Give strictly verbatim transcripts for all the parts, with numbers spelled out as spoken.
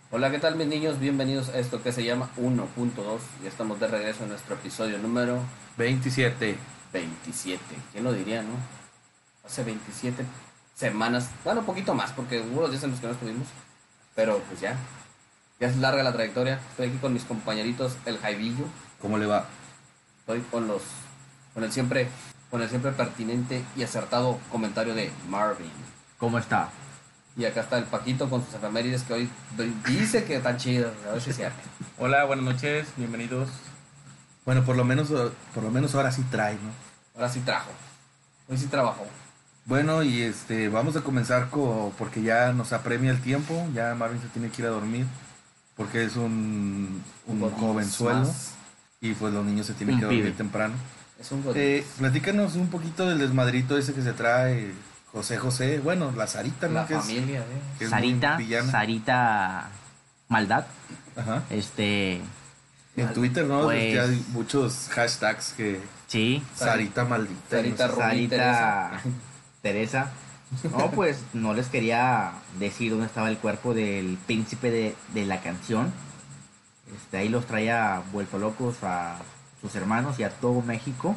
Hola, ¿qué tal mis niños? Bienvenidos a esto que se llama uno punto dos. Ya estamos de regreso en nuestro episodio número Veintisiete. veintisiete. ¿Quién lo diría, no? Hace veintisiete semanas, bueno, un poquito más, porque hubo los días en los que no estuvimos. Pero pues ya, ya es larga la trayectoria. Estoy aquí con mis compañeritos, el Jaivillo. ¿Cómo le va? Estoy con los, con el siempre, con el siempre pertinente y acertado comentario de Marvin. ¿Cómo está? Y acá está el Paquito con sus efemérides que hoy dice que están chidas. A ver si es cierto. Hola, buenas noches, bienvenidos. Bueno, por lo menos, eh, por lo menos ahora sí trae, ¿no? Ahora sí trajo. Hoy sí trabajó. Bueno, y este, vamos a comenzar co- porque ya nos apremia el tiempo, ya Marvin se tiene que ir a dormir, porque es un, un Godínez jovenzuelo, más. y pues los niños se tienen Un que dormir pibe. temprano. Es un Eh, Godínez. platícanos un poquito del desmadrito ese que se trae José José, bueno, la Sarita, La ¿no? Que es, familia, que ¿eh? es muy Sarita, villana. Sarita Maldad, Ajá. este, En Twitter, ¿no? Pues- Ya hay muchos hashtags que sí, Sarita maldita. y no Sarita sé. Rubí Sarita Teresa. Teresa. No, pues no les quería decir dónde estaba el cuerpo del príncipe de, de la canción. Este, ahí los traía vuelto locos a sus hermanos y a todo México.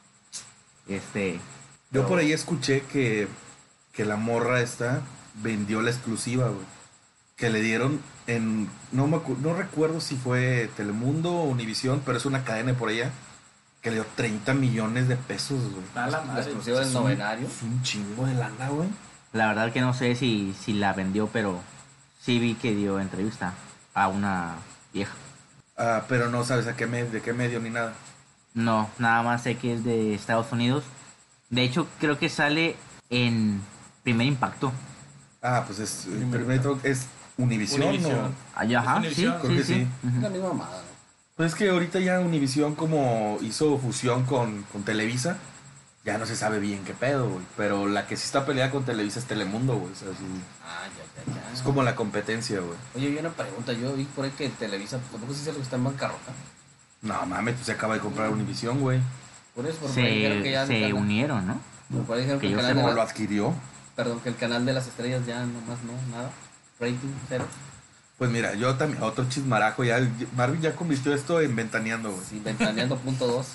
Este, Yo pero- por ahí escuché que, que la morra esta vendió la exclusiva, güey. Que le dieron en... No, me acu- no recuerdo si fue Telemundo o Univisión, pero es una cadena por allá. Que le dio treinta millones de pesos, güey. A la La madre. exclusiva del Es un- novenario. Es un chingo de lana, güey. la verdad que no sé si, si la vendió, pero sí vi que dio entrevista a una vieja. Ah, pero no sabes a qué me- de qué medio ni nada. No, nada más sé que es de Estados Unidos. De hecho, creo que sale en Primer Impacto. Ah, pues es... Primero. Primero es Univisión, Univisión. ¿no? Allá, ¿Es ajá, sí, Univision? Creo sí, que sí. sí. Ujú. Es la misma mamada, ¿no? Pues es que ahorita ya Univisión como hizo fusión con, con Televisa, ya no se sabe bien qué pedo, güey. Pero la que sí está peleada con Televisa es Telemundo, güey. O sea, sí, Ah, ya, ya, ya. es como la competencia, güey. Oye, yo una pregunta. Yo vi por ahí que Televisa, tampoco se dice que está en bancarrota. No mames, pues se acaba de comprar Univisión, güey. Por eso, por por ahí dijeron que Se, ya. se el canal- unieron, ¿no? Por ahí dijeron que que el yo canal de ¿Cómo lo la- adquirió? Perdón, que el canal de las estrellas ya nomás no, nada. Rating cero. Pues mira, yo también, otro chismarajo, ya Marvin ya convirtió esto en ventaneando, güey. Sí, ventaneando punto dos.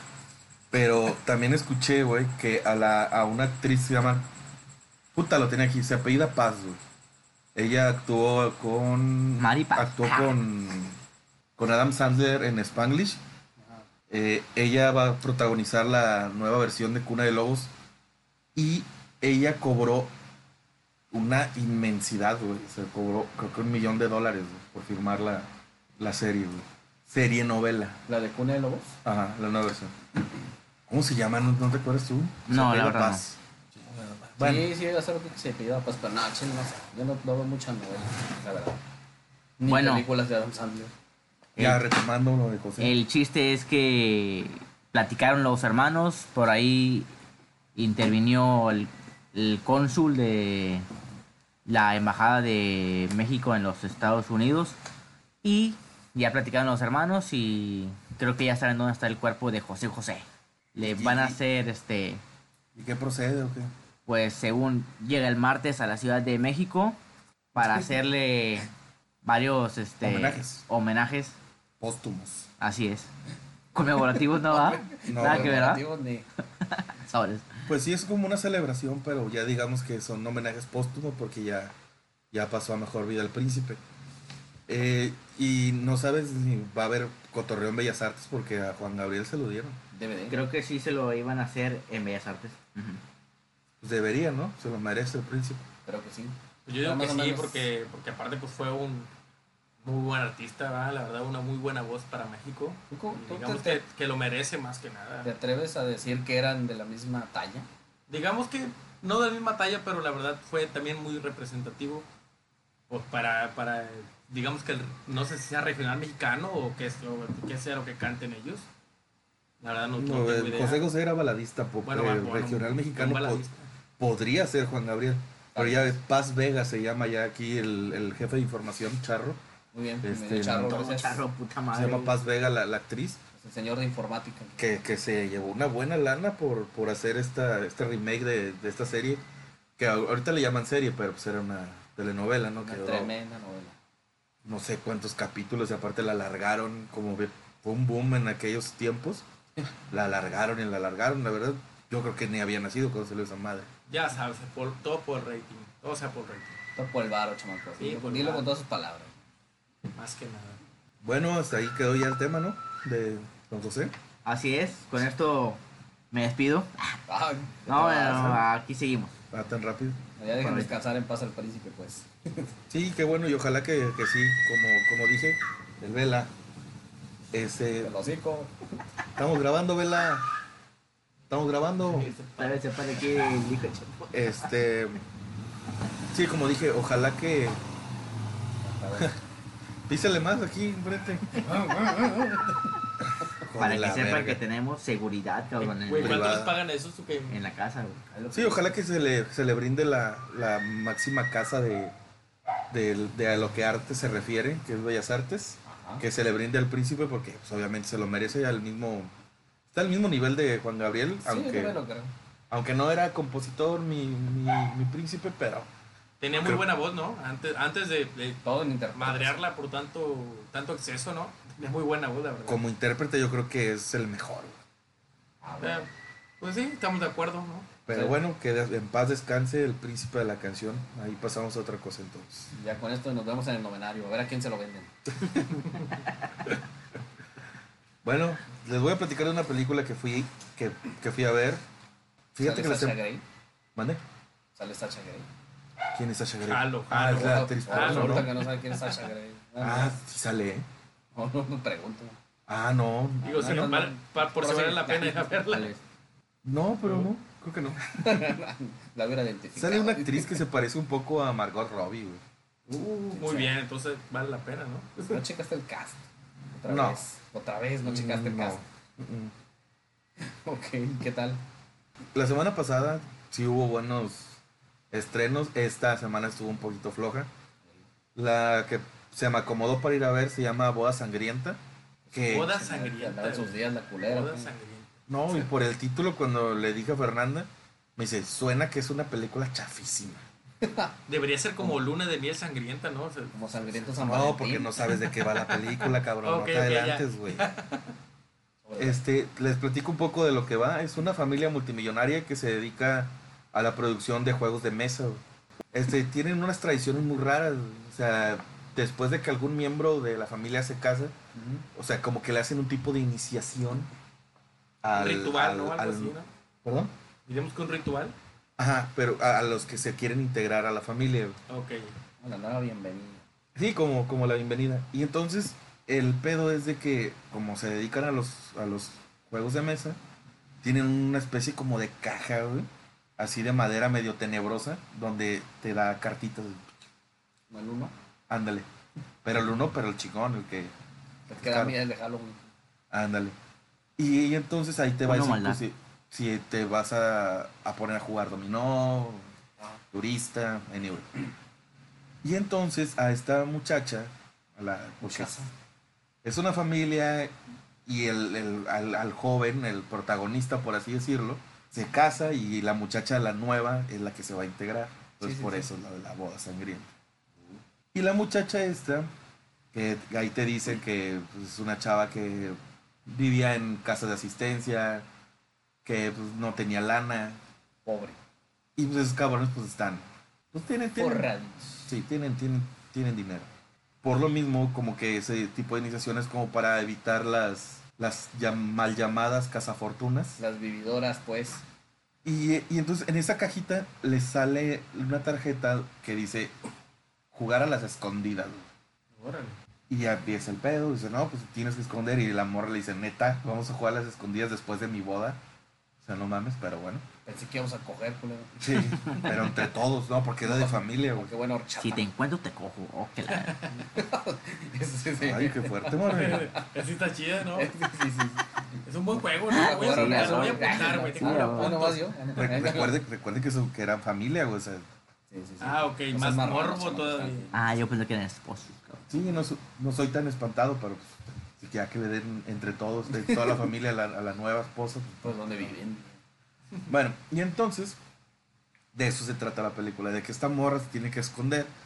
Pero también escuché, güey, que a, la, a una actriz se llama... Puta, lo tenía aquí, se apellida Paz, güey. Ella actuó con... Mari Paz. Actuó con, con Adam Sandler en Spanglish. Eh, ella va a protagonizar la nueva versión de Cuna de Lobos. Y ella cobró una inmensidad, güey. Se cobró, creo que un millón de dólares, güey, por firmar la, la serie, güey. Serie novela. La de Cuna de Lobos. Ajá, la nueva versión. ¿Cómo se llama? ¿No, no te acuerdas tú? Se No, apellida la verdad Paz. Bueno. Sí, sí, hace rato que se pidió pues, pero no, chile, no sé. Yo no, no veo muchas novelas, la verdad. Ni Bueno. películas de Adam Sandler. Ya El- retomando lo de José. El chiste es que platicaron los hermanos, por ahí intervinió el, el cónsul de la Embajada de México en los Estados Unidos y ya platicaron los hermanos y creo que ya saben dónde está el cuerpo de José José. Le van a hacer, este, ¿Y qué procede o qué? pues según llega el martes a la Ciudad de México para hacerle varios, este, Homenajes. homenajes. Póstumos. Así es. Conmemorativos no va. No, Nada que ver, ¿verdad? Conmemorativos ni- Sobres. Pues sí, es como una celebración, pero ya digamos que son homenajes póstumos porque ya, ya pasó a mejor vida el príncipe. Eh, y no sabes si va a haber cotorreo en Bellas Artes porque a Juan Gabriel se lo dieron. D V D. Creo que sí se lo iban a hacer en Bellas Artes. Ujú. Pues debería, ¿no? Se lo merece el príncipe. Creo que sí. Pues yo digo Más que o sí, menos. porque, porque aparte pues fue un muy buen artista, ¿verdad? La verdad, una muy buena voz para México. ¿Tú, cómo- Y tú digamos te, que, que lo merece más que nada. te atreves a decir que eran de la misma talla? Digamos que no de la misma talla, pero la verdad fue también muy representativo pues, para, para, digamos que el- no sé si sea regional mexicano o qué, es, o qué sea lo que canten ellos. La verdad no, no No, tengo eh, idea. José José era baladista, po- Bueno, eh, bueno, bueno, regional un- mexicano un po- baladista. podría ser Juan Gabriel. Pero ya Paz Vega se llama ya aquí el, el jefe de información, Charro. Muy bien, Este, medio charro, Todo gracias. charro, puta Se madre. llama Paz Vega la, la actriz. Es el señor de informática. Que, que se llevó una buena lana por, por hacer esta, este remake de, de esta serie. Que a- ahorita le llaman serie, pero pues era una telenovela, ¿no? Una Que duró, tremenda novela. no sé cuántos capítulos y aparte la alargaron, como ve- fue un boom en aquellos tiempos. La alargaron y la alargaron, la verdad. Yo creo que ni había nacido cuando salió esa madre. Ya sabes, por, todo por rating. Todo sea por rating. Todo por el varo, chamaco. Sí, Dilo, por el dilo varo. con todas sus palabras. Más que nada. Bueno, hasta ahí quedó ya el tema, ¿no? De don José. Así es, con esto me despido. Ay, No, ¿qué te no, pasa? no, aquí seguimos. Va tan rápido. Ya dejen Por ahí. descansar en paz al príncipe, pues. Sí, qué bueno, y ojalá que, que sí, como, como dije, el Vela. Este, El hocico. estamos grabando, Vela. Estamos grabando. Para se para aquí el hijo de Chapo. Este. Sí, como dije, ojalá que. Písale más aquí enfrente. Para Joder, que la sepan verga. que tenemos seguridad, cabrón, en, Güey, ¿cuánto privada. les pagan esos tú que? en la casa, güey. Sí, ojalá que se le, se le brinde la, la máxima casa de, de, de a lo que arte se refiere, que es Bellas Artes. Ajá. Que se le brinde al príncipe porque pues, obviamente se lo merece al mismo. Está al mismo nivel de Juan Gabriel, Sí, aunque, yo me lo creo. aunque no era compositor mi, mi, mi príncipe, pero Tenía muy Creo- buena voz, ¿no? Antes, antes de, de Todo en internet. madrearla por tanto, tanto exceso, ¿no? Tenía muy buena voz, la verdad. como intérprete yo creo que es el mejor. güey. Ah, Eh, bueno. pues sí, estamos de acuerdo, ¿no? Pero Sí. bueno, que de- en paz descanse el príncipe de la canción. Ahí pasamos a otra cosa entonces. Ya con esto nos vemos en el novenario. A ver a quién se lo venden. Bueno, les voy a platicar de una película que fui, que, que fui a ver. Fíjate que ¿Sale la Sasha sem- Grey? ¿Mande? ¿Sale Sasha Grey? ¿Quién es Sasha Grey? Jalo, Ah, jalo. es la Ah, actriz ah, porno, ahorita ¿no? que no sabe quién es Sasha Grey. Ah, sí sale, ¿eh? No, no, no pregunto. Ah, no. Digo, si no, no, no, pa- no. pa- por si Pero vale sí. la pena ir a verla. Tal vez. No, pero no. Creo que no. La hubiera identificado. Sale una actriz que se parece un poco a Margot Robbie, güey. Uh, muy Sí. bien, entonces vale la pena, ¿no? No checaste el cast. Otra No. vez. Otra vez no checaste el No. cast. Mm-mm. Ok, ¿qué tal? La semana pasada sí hubo buenos estrenos. Esta semana estuvo un poquito floja. La que se me acomodó para ir a ver se llama Boda Sangrienta. Que Boda Andaba sangrienta. en sus días la culera. Boda ¿qué? sangrienta. no, y por el título cuando le dije a Fernanda, me dice, suena que es una película chafísima. Debería ser como Luna de miel sangrienta, ¿no? O sea, Como sangrientos San No, Valentín. porque no sabes de qué va la película, cabrón. Ok, no te ok, ya. adelantes, güey. Sobre- Este, les platico un poco de lo que va. Es una familia multimillonaria que se dedica a la producción de juegos de mesa, güey. Este, tienen unas tradiciones muy raras, güey. O sea, después de que algún miembro de la familia se casa, Ujú. o sea, como que le hacen un tipo de iniciación al... ritual, al- ¿no? Algo al- así, ¿no? ¿Perdón? Diremos que un ritual. Ajá, pero a, a los que se quieren integrar a la familia, güey. Ok. Una nueva bienvenida. Sí, como, como la bienvenida. Y entonces, el pedo es de que, como se dedican a los, a los juegos de mesa, tienen una especie como de caja, güey, así de madera medio tenebrosa, donde te da cartitas. ¿No el uno? Ándale. Pero el uno, pero el chingón, el que. Es que da Claro. miedo el de Halloween. Ándale. Y, y entonces ahí te va a Uno decir maldad. pues, si, si te vas a, a poner a jugar dominó, Ah, turista, anyway. Y entonces a esta muchacha, a la pues, casa. es una familia y el, el- al, al joven, el protagonista, por así decirlo, se casa y la muchacha, la nueva, es la que se va a integrar. Entonces Sí, sí, por sí. eso la de la boda sangrienta. Y la muchacha esta, que ahí te dicen que pues, es una chava que vivía en casa de asistencia, que pues, no tenía lana. Pobre. Y pues esos cabrones pues están. Pues tienen, tienen, Forraditos. Sí, tienen, tienen, tienen dinero. Por lo mismo, como que ese tipo de iniciaciones como para evitar las, las llam- mal llamadas cazafortunas. Las vividoras, pues. Y, y entonces en esa cajita le sale una tarjeta que dice jugar a las escondidas. güey. Órale. Y ya empieza el pedo, dice, no, pues tienes que esconder. Y la morra le dice, neta, vamos a jugar a las escondidas después de mi boda. O sea, no mames, pero bueno. Pensé que íbamos a coger, culero. Sí, pero entre todos, ¿no? Porque era de familia, güey. Qué buena horchata. Si te encuentro, te cojo. Oh, que la- Sí, sí. Ay, qué fuerte, morra. Así está chida, ¿no? Sí, sí, sí. Es un buen juego, ¿no? Ah, Voy a, bueno, me eso, lo voy a güey. apuntar, güey. Sí, Tengo ah, una Bueno, puntos. vas yo. Re- Recuerde, recuerde que, son, que eran familia, güey. O sea, Sí, sí, sí. Ah, ok, No más seas marrano, morbo chamaco, todavía. tranquilo. Ah, yo pensé que eran esposos, cabrón. sí, no, so- no soy tan espantado, pero pues, si ya que le den entre todos, de toda la familia, a la, a la nueva esposa. pues, Pues, ¿dónde viven? Bueno, y entonces, de eso se trata la película, de que esta morra se tiene que esconder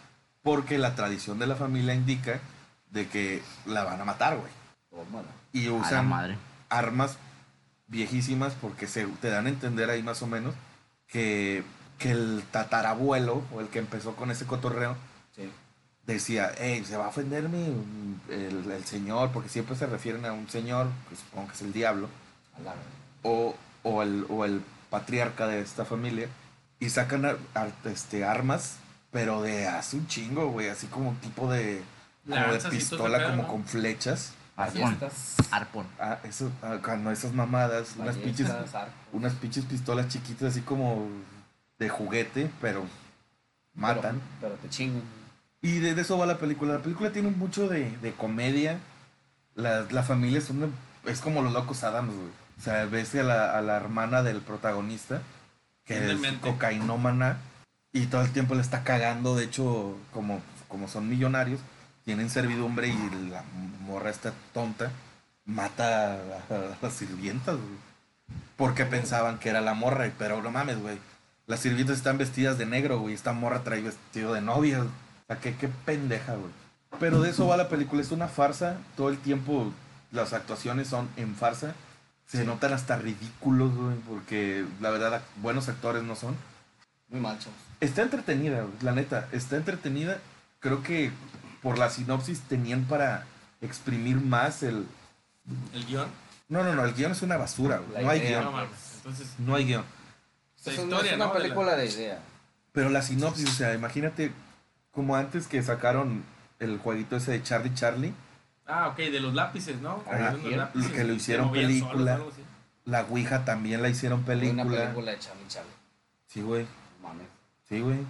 Porque la tradición de la familia indica de que la van a matar, güey. Tómala. Y A la usan madre. armas viejísimas porque se, te dan a entender ahí más o menos que, que el tatarabuelo o el que empezó con ese cotorreo Sí. decía, hey, se va a ofender mi, el, el señor, porque siempre se refieren a un señor, que supongo que es el diablo, A la- o, o, el, o el patriarca de esta familia, y sacan ar- ar- este, armas, pero de hace un chingo, güey, así como tipo de, como de Lanzas y todo ese pistola, pedo, como ¿no? con flechas. Arpón. Ballestas. Arpón. Ah, eso, ah, cuando esas mamadas, unas pinches, ballestas, arcos. unas pinches pistolas chiquitas así como de juguete, pero matan. Pero, pero te chingan. Y de, de eso va la película. La película tiene mucho de, de comedia. La, la familia es, una, es como los locos Adams, güey. O sea, ves a la, a la hermana del protagonista, que es Humildemente. cocainómana, y todo el tiempo le está cagando. De hecho, como, como son millonarios, tienen servidumbre y la morra esta tonta mata a, a las sirvientas, güey. Porque pensaban que era la morra, y- pero no mames, güey. Las sirvientas están vestidas de negro, güey. Esta morra trae vestido de novia. O sea, qué, qué pendeja, güey. Pero de eso va la película. Es una farsa. Todo el tiempo las actuaciones son en farsa. Se notan hasta ridículos, güey. Porque la verdad, buenos actores no son. Muy mal, chavos. Está entretenida, güey, la neta. Está entretenida. Creo que por la sinopsis tenían para exprimir más el... El guión. No, no, no. El guión es una basura, güey. La No hay idea, No guión. mames. Entonces, No hay guión. la Es una, historia, es una ¿no? De la- película de idea. Pero la sinopsis, o sea, imagínate como antes que sacaron el jueguito ese de Charlie Charlie, Ah, ok, de los lápices, ¿no? Ajá, De los y el- lápices que lo hicieron se movían solos, película. algo así. la Ouija también la hicieron Fue película. una película de Charlie Charlie. Sí, güey, No mames. sí, güey.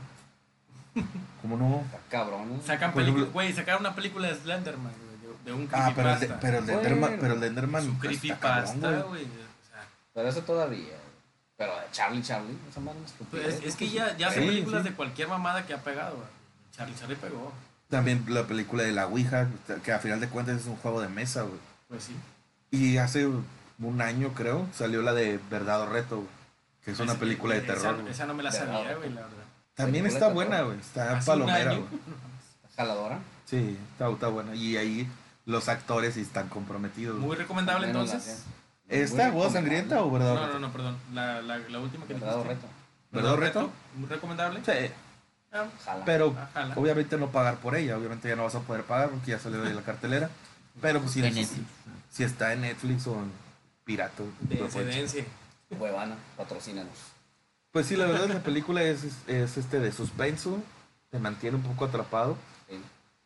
¿Cómo no? Está cabrón, ¿no? Sacan Por película, ejemplo- güey, sacaron una película de Slenderman, güey, de, de un Ah, pero el, de, creepypasta. pero el de Bueno. Enderman, pero el de Enderman Su está creepypasta, cabrón, güey. O sea, Pero eso todavía. Pero de Charlie Charlie, esa madre es pues, estupidez. es, es que ya, ya son Sí, películas sí. de cualquier mamada que ha pegado, güey. Charlie Charlie pegó. También la película de la Ouija, que a final de cuentas es un juego de mesa, güey. Pues sí. Y hace un año, creo, salió la de Verdad o Reto, güey, que es una Esa- película de esa- terror. güey. Esa, no me la Verdad, sabía, güey. güey, la verdad. También película está de buena, terror. güey. Está Hace un palomera, año. güey. Jaladora. Sí, está, está buena. Y ahí los actores sí están comprometidos. güey. Muy recomendable Menos la entonces. que- ¿Esta muy boda sangrienta o verdad? o No, reto? no, no, perdón. La, la, la última que Verdad o dijiste. reto. ¿Verdad o reto? Muy recomendable. Sí, Ah, Jala. pero Ajala. obviamente no pagar por ella. Obviamente ya no vas a poder pagar porque ya salió de la cartelera. Pero pues si, En si, Netflix. si está en Netflix o en Pirata. de lo puedes- excedencia. Huevana, patrocínanos. Pues sí, la verdad la película es, es, es, este de suspenso. Te mantiene un poco atrapado. Sí.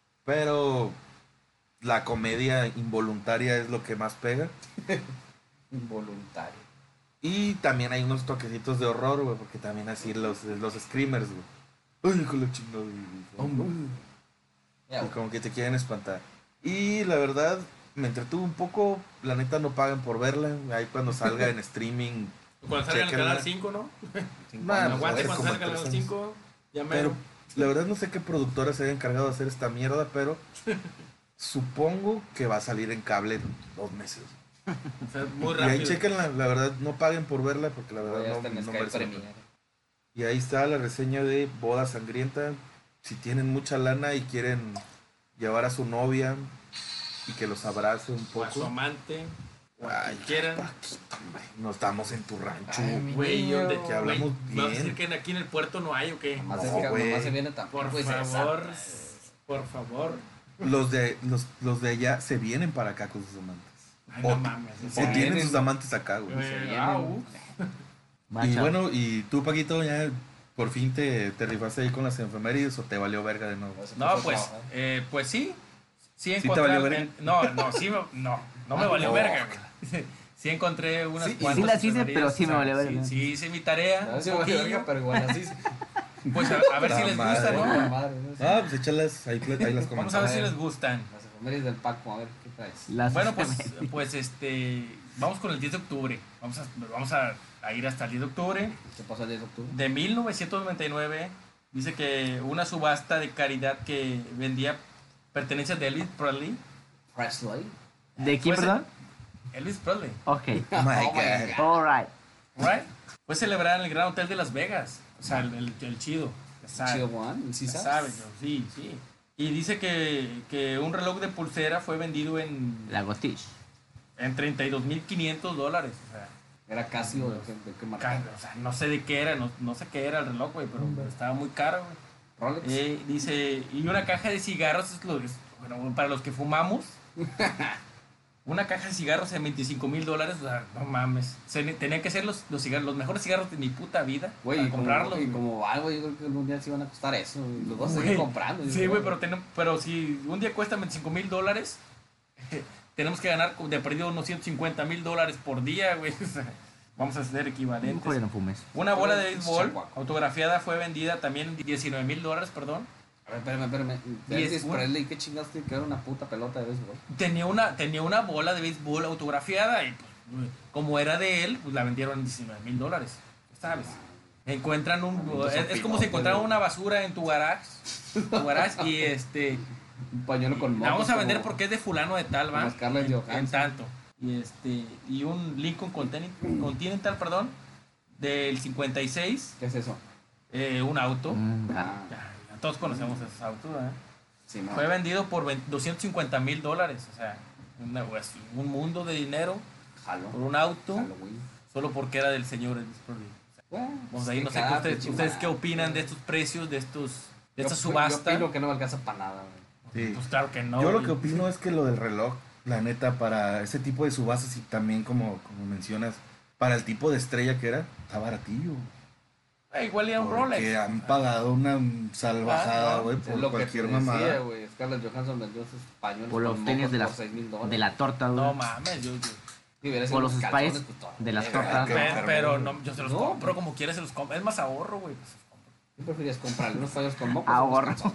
Pero la comedia involuntaria es lo que más pega. Involuntario. Y también hay unos toquecitos de horror, güey, porque también así los, los screamers, güey. Ay, con la chingada. güey. Ya, Y güey. como que te quieren espantar. Y la verdad, me entretuvo un poco. La neta no pagan por verla. Ahí cuando salga en streaming. Cuando salga en el Chequenla. canal cinco, ¿no? Cinco Nah, años, pues, Aguante es güey. cuando como salga en el tres canal años. cinco. Ya Pero mero. la verdad no sé qué productora se haya encargado de hacer esta mierda, pero supongo que va a salir en cable en dos meses. O sea, muy Y ahí rápido. chequenla, la verdad no paguen por verla porque la Ya verdad está no, en no Sky merece la pena. Premier. Y ahí está la reseña de Boda Sangrienta. Si tienen mucha lana y quieren llevar a su novia y que los abrace un O a su poco, amante. O a Ay, quien quieran. nos estamos en tu rancho. Ay, mi Güey, yo de niño. que hablamos güey, ¿me vas a bien. decir que aquí en el puerto no hay o qué? Nomás, No, es que, güey. nomás se viene tan Por pues, esa, favor. pues. Por favor. Los de, los, los de allá se vienen para acá con sus amantes. Ay, O- no mames. o O Se tienen vienen. sus amantes acá, güey. Eh, Se vienen. ah, uh. Y Macha. bueno, y tú, Paquito, ya por fin te, te rifaste ahí con las enfermerías o te valió verga de nuevo. Eso No, fue pues, trabajar. eh, pues sí. Sí te encontré. valió verga? en- no, no, sí me, no, no me Ah, valió no. verga, güey. Sí encontré unas Sí, cuantas. sí las hice, enfermerías, pero sí me o sea, valió verga. Sí, sí hice mi tarea. A ver si un me valió poquillo. verga, pero igual así. Pues a, a ver si La les madre. gusta, Puta ¿no? madre, no sé. Ah, pues échalas, ahí, ahí las Vamos a ver comentamos. si les gustan. Las enfermerías del Paco, a ver qué traes. Las Bueno, pues, efemérides. pues este, vamos con el diez de octubre. Vamos a, vamos a, a ir hasta el diez de octubre ¿Qué pasó el diez de octubre? de mil novecientos noventa y nueve. Dice que una subasta de caridad que vendía pertenencias de Elvis Presley. Presley. ¿De quién, Pues, perdón? Elvis Presley, Ok. Oh my Oh my God. God. Alright. right? Fue celebrada en el Gran Hotel de Las Vegas. O sea, el, el- el chido. Ya sabes. Chido Juan, ¿sí Ya sabes? sabes, yo, sí, sí. Y dice que, que un reloj de pulsera fue vendido en, La Gostich. en treinta y dos mil quinientos dólares. O sea, Era Casio, ¿de qué, de qué marca? ca- o sea, no sé de qué era, no, no sé qué era el reloj, güey, pero, pero estaba muy caro, güey. Rolex. Eh, dice, y una caja de cigarros, es lo, es- bueno, para los que fumamos, una caja de cigarros en veinticinco mil dólares, o sea, no mames. Se- tenían que ser los, los cigarros, los mejores cigarros de mi puta vida, Güey, para y como, comprarlos. y güey. como va, güey, yo creo que algún día sí van a costar eso. Y los vas a Güey, seguir comprando. Sí, güey, pero, tenem- pero si un día cuesta veinticinco mil dólares, tenemos que ganar de perdido unos ciento cincuenta mil dólares por día, güey. O sea, vamos a ser equivalentes. Mejor ya no fumes. Una bola de Pero, béisbol chacuaco. autografiada fue vendida también en diecinueve mil dólares, perdón. A ver, espérame, espérame. Y Elvis es una- Presley, ¿qué chingados tiene que ver una puta pelota de béisbol? Tenía una, tenía una bola de béisbol autografiada y pues, como era de él, pues la vendieron en diecinueve mil dólares. ¿Sabes? Encuentran un... Entonces, Es, es como si encontraran una basura en tu garage. Tu garage y este... Un pañuelo con La vamos a mocos vender como- porque es de fulano de tal, ¿va? como Scarlett En, Johansson. en tanto. Y este... Y un Lincoln Continen- Continental, perdón, del cincuenta y seis. ¿Qué es eso? eh, un auto. Mm, ah. Ah, Ya, ya todos conocemos esos autos, ¿eh? sí, no. Fue vendido por veinte doscientos cincuenta mil dólares. O sea, una- pues, un mundo de dinero Jalo. por un auto Halloween. solo porque era del señor Elvis Presley. Bueno, Pues ahí sí, no sé cada qué ustedes, pinche ustedes madre. qué opinan de estos precios, de estos de esta Yo- subasta. Yo opino que no me alcanza para nada, güey. Sí. Pues claro que no. Yo lo güey. que opino es que lo del reloj, la neta, para ese tipo de subastas y también como, como mencionas, para el tipo de estrella que era, está baratillo. Eh, igual era un Porque Rolex. han pagado una salvajada, Ah, no. güey, Es por lo que cualquier te decía, mamada. güey. Scarlett Johansson vendió sus pañuelos Por los con tenis mocos de la, por seis mil dólares. de la torta, güey. No mames, yo, yo- Sí, hubiera sido por los unos spice calzones, pues, todo. de las Eh, tortas. Qué Pe- enfermo, pero güey. no, yo se los No. compro como quieras, se los compro. Es más ahorro, güey. Pues, ¿Qué preferías comprarle? ¿Unos pañuelos con mocos? Ahorro. o unos calzones?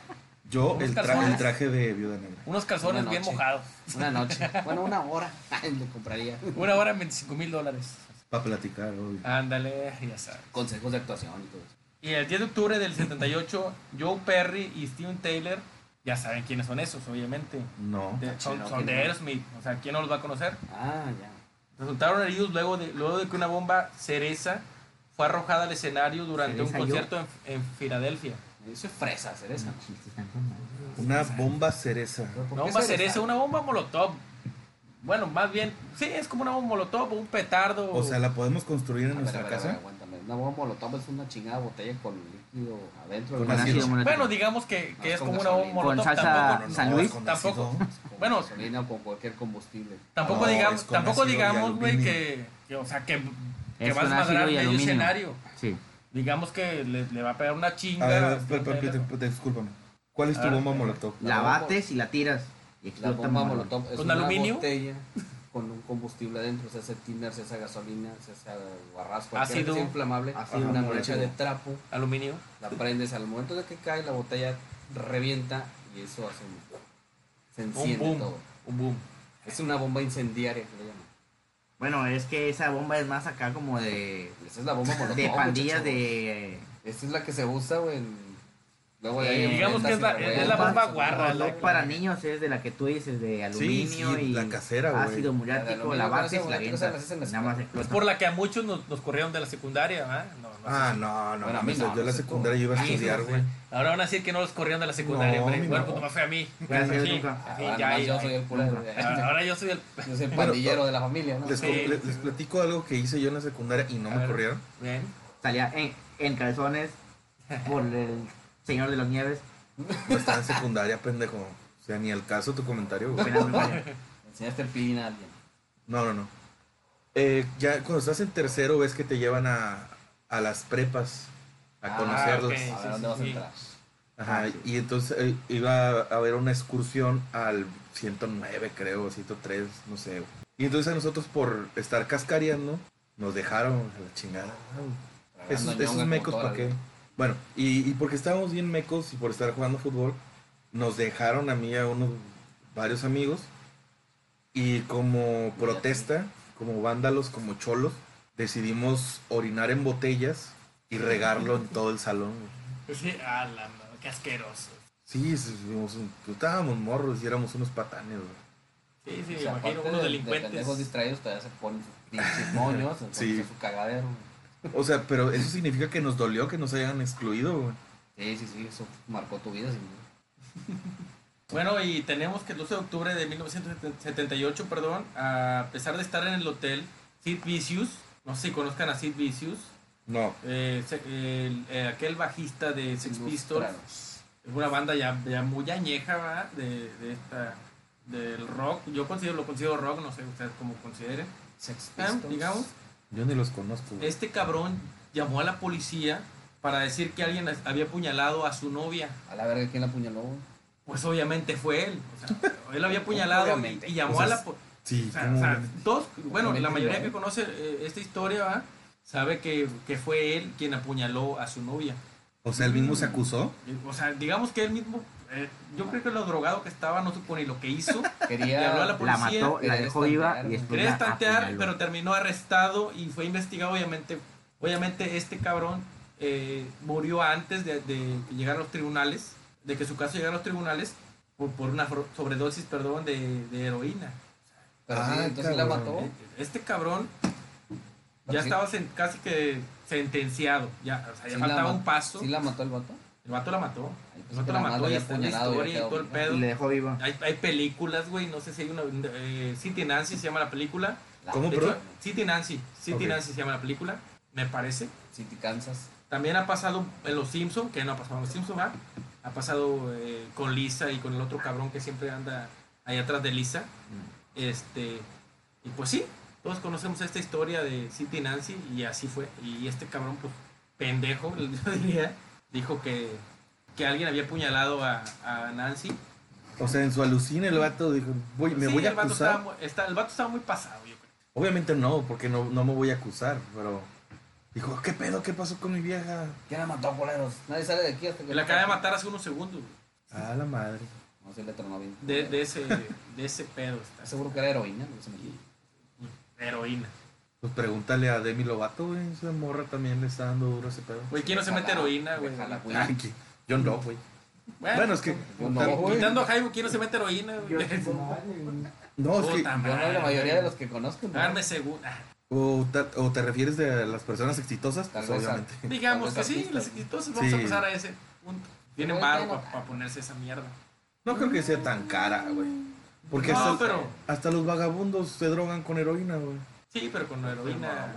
Yo, Unos el, tra- calzones. el traje de viuda negra. unos calzones Una bien noche. mojados. Una noche. Bueno, una hora. Le compraría. Una hora en veinticinco mil dólares. Para platicar, obvio. Ándale, ya sabes. Consejos de actuación y todo eso. Y el diez de octubre del setenta y ocho, Joe Perry y Steven Taylor, ya saben quiénes son esos, obviamente. No. De- son chido, son ¿quién de no? Aerosmith. O sea, ¿quién no los va a conocer? Ah, ya. Resultaron heridos luego de, luego de que una bomba cereza fue arrojada al escenario durante ¿Cereza un yo? concierto en, en Filadelfia. Eso es fresa, cereza. Una bomba cereza. ¿Pero por Una qué bomba cereza, una bomba molotov. Bueno, más bien, sí, es como una bomba molotov o un petardo. O sea, ¿la podemos construir en A ver, nuestra a ver, a ver, casa? aguántame. Una bomba molotov es una chingada botella con líquido adentro. Con ¿no? ácido. ácido molecular. Bueno, digamos que, que No, es con como una bomba gasolina. molotov. Con salsa tampoco, no, San no, Luis. con tampoco. ácido. Con Bueno. gasolina o con cualquier combustible. Tampoco, No, digamos, es con tampoco ácido y digamos, güey, aluminio. que, que, o sea, que, que Es vas con a madrar ácido y medio aluminio. escenario. Sí. Digamos que le, le va a pegar una chinga. A ver, a pe- Steven pe- Taylor. pe- pe- discúlpame. ¿Cuál es tu A ver, bomba eh, molotov? La La bomba- bates y la tiras. Y La explota bomba muy molotov es ¿Con una aluminio? botella con un combustible adentro, se hace tiner, se hace gasolina, se hace barras, cualquier Ácido. que sea inflamable, Ácido una molecular. mancha de trapo, Aluminio. la prendes al momento de que cae la botella revienta y eso hace un, se Un enciende boom. todo. Un boom. Es una bomba incendiaria que le llaman. Bueno, es que esa bomba es más acá como de, Esa es la bomba molotov. de pandillas muchachos. de... Esta es la que se usa, güey. en- Luego de ahí Eh, digamos que es la- enfrentas y es la revueltas, bomba guarra, son- la- No, para niños es de la que tú dices, de aluminio sí, y la casera, güey. ácido La de muriático, aluminio, la pero bates esa y la muriático se la avientas. haces en la Nada más escuela. Es explota. por la que a muchos nos, nos corrieron de la secundaria, ¿verdad? No, no Ah, sé. no, no. Bueno, a mí mames, no, yo no en la sé secundaria cómo. yo iba a Sí, estudiar, sí, güey. sí. Ahora van a decir que no los corrieron de la secundaria, No, hombre. a mí Bueno, no. pues nomás fue a mí. Gracias, Sí, nunca. sí, Ahora ya, nomás ya. yo soy el culero. Ahora ahora yo soy el... Yo soy el Bueno, pandillero de la familia, ¿no? Les, Sí. com- les- les platico algo que hice yo en la secundaria y no A me ver. corrieron. Bien. Salía en, en calzones por el señor de las nieves. No estaba en secundaria, pendejo. O sea, ni al caso tu comentario, güey. Apenas me falla. Enseñaste el pilín a alguien. No, no, no. Eh, ya cuando estás en tercero ves que te llevan a, a las prepas a Ah, conocerlas. ok. A ver, sí, ¿dónde sí, vas a sí. entrar? Ajá, y entonces eh, iba a haber una excursión al ciento nueve, creo, ciento tres, no sé. güey. Y entonces a nosotros por estar cascareando, nos dejaron a la chingada. Esos, Tragando esos ñonga mecos, como ¿para toda qué? la Bueno, y, y porque estábamos bien mecos y por estar jugando fútbol, nos dejaron a mí y a unos varios amigos. Y como protesta, como vándalos, como cholos, decidimos orinar en botellas y regarlo en todo el salón. güey. Sí, a la madre, qué asqueroso. Sí, sí, fuimos un- estábamos morros y éramos unos patanes. güey. Sí, sí, O me sea, imagino aparte unos de- De delincuentes. pendejos distraídos todavía se ponen sus pinches moños, se ponen Sí. su cagadero. O sea, pero eso significa que nos dolió que nos hayan excluido, güey. Sí, sí, sí, eso marcó tu vida, sin duda. Bueno, y tenemos que el doce de octubre de mil novecientos setenta y ocho, perdón, a pesar de estar en el hotel, Sid Vicious, no sé si conozcan a Sid Vicious, No. eh, se- el- eh, aquel bajista de Sex Pistols, Ilustrados. es una banda ya, ya muy añeja, ¿verdad? De, de esta, del rock, yo considero, lo considero rock, no sé ustedes cómo consideren, Sex Ah, Pistols. digamos. Yo ni los conozco, güey. Este cabrón llamó a la policía para decir que alguien había apuñalado a su novia. A la verga, ¿quién la apuñaló? Pues obviamente fue él. O sea, él había apuñalado y, Obviamente. y llamó O sea, a la po- Sí, o sea, ¿cómo? o sea, todos, bueno, la Obviamente mayoría no. que conoce eh, esta historia, ¿va? Sabe que, que fue él quien apuñaló a su novia. O sea, él mismo se acusó. O sea, digamos que él mismo, eh, yo creo que lo drogado que estaba no supo ni lo que hizo. Quería. Le habló a la La policía, mató, la quería dejó viva estantear, y después Quería la estantear, apuñaló. pero terminó arrestado y fue investigado. Obviamente, obviamente este cabrón eh, murió antes de, de llegar a los tribunales, de que su caso llegara a los tribunales por, por una fro- sobredosis, perdón, de, de heroína. Pero sí, Ah, entonces sí la cabrón. mató. Eh, Este cabrón Pero ya sí- estaba sen- casi que sentenciado, ya, o sea, ya sí la faltaba ma- un paso. ¿Sí la mató el vato? El vato la mató. Ay, El pues vato que la nada más mató la y había está en la apuñalado y historia y había todo el quedado pedo. Y le dejó viva. Hay, hay películas, güey, no sé si hay una... Eh, City Nancy se llama la película. La- ¿Cómo, De perdón? hecho, City Nancy, City Ok. Nancy se llama la película, me parece. City, Kansas. También ha pasado en Los Simpsons, que no ha pasado en Los Simpsons, ¿verdad? Ha pasado eh, con Lisa y con el otro cabrón que siempre anda ahí atrás de Lisa. Este, y pues sí, todos conocemos esta historia de City Nancy y así fue. Y este cabrón, pues, pendejo, yo diría, dijo que, que alguien había apuñalado a, a Nancy. O sea, en su alucina el vato dijo, voy, me Sí, voy a el vato acusar. estaba muy- está- el vato estaba muy pasado, yo creo. Obviamente no, porque no, no me voy a acusar, pero dijo, ¿qué pedo? ¿Qué pasó con mi vieja? ¿Quién la mató, coleros? Nadie sale de aquí hasta que. Le acaba de matar hace unos segundos, güey. A la madre. No sé, le tronó bien. De, de ese, de ese pedo está. Seguro que era heroína. No se me Heroína. Pues pregúntale a Demi Lovato, güey. Esa morra también le está dando duro a ese pedo. Güey, ¿quién no se mete heroína, güey? Déjala, güey. Ay, que- yo no, güey. Bueno, Bueno, es que. Yo no, güey. quitando a Jaime, ¿quién no se mete heroína, güey? No, es que. Puta Yo no madre, la mayoría güey. de los que conozco. ¿no? Darme seguro. Ah, O te, o te refieres de las personas exitosas, Tal pues vez a- obviamente. digamos que Tal vez sí, artistas, las ¿no? exitosas vamos Sí. a pasar a ese punto. Tienen Güey, barro ya no- para ponerse esa mierda. No creo que sea tan cara, güey. Porque No, hasta, pero- hasta los vagabundos se drogan con heroína, güey. Sí, pero con la heroína.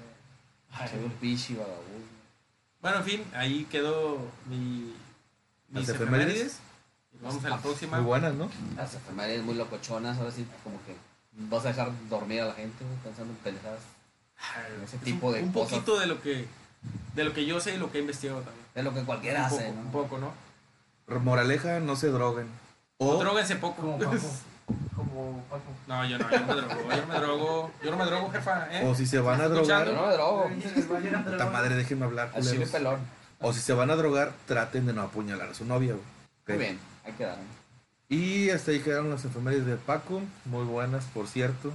Soy un pichi vagabundo. Bueno, en fin, ahí quedó mi, mis Las efemérides. efemérides. Y vamos a la próxima. Muy buenas, ¿no? Las enfermerías muy locochonas. Ahora sí, como que vas a dejar dormir a la gente, güey, pensando en pendejadas. Ay, ese es tipo un, de un cosas. poquito de lo que de lo que yo sé y lo que he investigado también. Es lo que cualquiera un hace, poco, ¿no? un poco, ¿no? Moraleja, no se droguen. O O dróguense poco. Como Paco. Como Paco. No, yo no, yo no me drogo, yo no me drogo, yo no me drogo, jefa, ¿eh? O si se van a ¿Estás drogar, Yo no me drogo. puta madre, déjenme hablar, Al chile culeros. pelón. O si se van a drogar, traten de no apuñalar a su novia, güey. Muy Ok. bien, hay que dar. ¿no? Y hasta ahí quedaron las enfermerías de Paco, muy buenas, por cierto.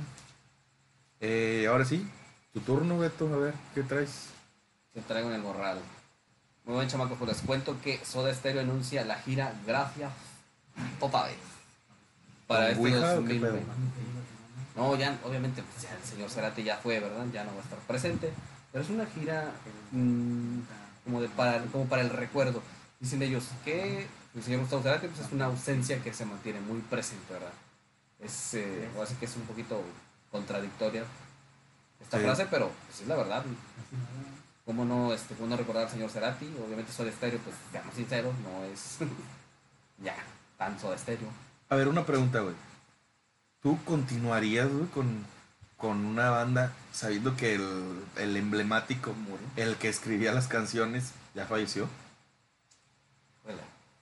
Eh, ahora sí, tu turno, Beto, a ver, ¿qué traes? Te traigo en el morral. Muy buen chamaco, pues les cuento que Soda Stereo anuncia la gira Gracias Totales. Para ¿Con este Ouija o qué dos mil pedo? veinte. No, ya, obviamente, pues ya el señor Cerati ya fue, ¿verdad? Ya no va a estar presente. Pero es una gira mm, como, de para, como para el recuerdo. Dicen ellos que el señor Gustavo Cerati pues, es una ausencia que se mantiene muy presente, ¿verdad? Es, eh, o así que es un poquito contradictoria esta Sí. frase, pero pues, es la verdad. ¿Cómo no, este, cómo no recordar al señor Cerati? Obviamente Soda Stereo, pues seamos sinceros, no es ya tan Soda Stereo. A ver, una pregunta, güey. ¿Tú continuarías, güey, con, con una banda sabiendo que el, el emblemático, Murió. el que escribía las canciones, ya falleció? Bueno,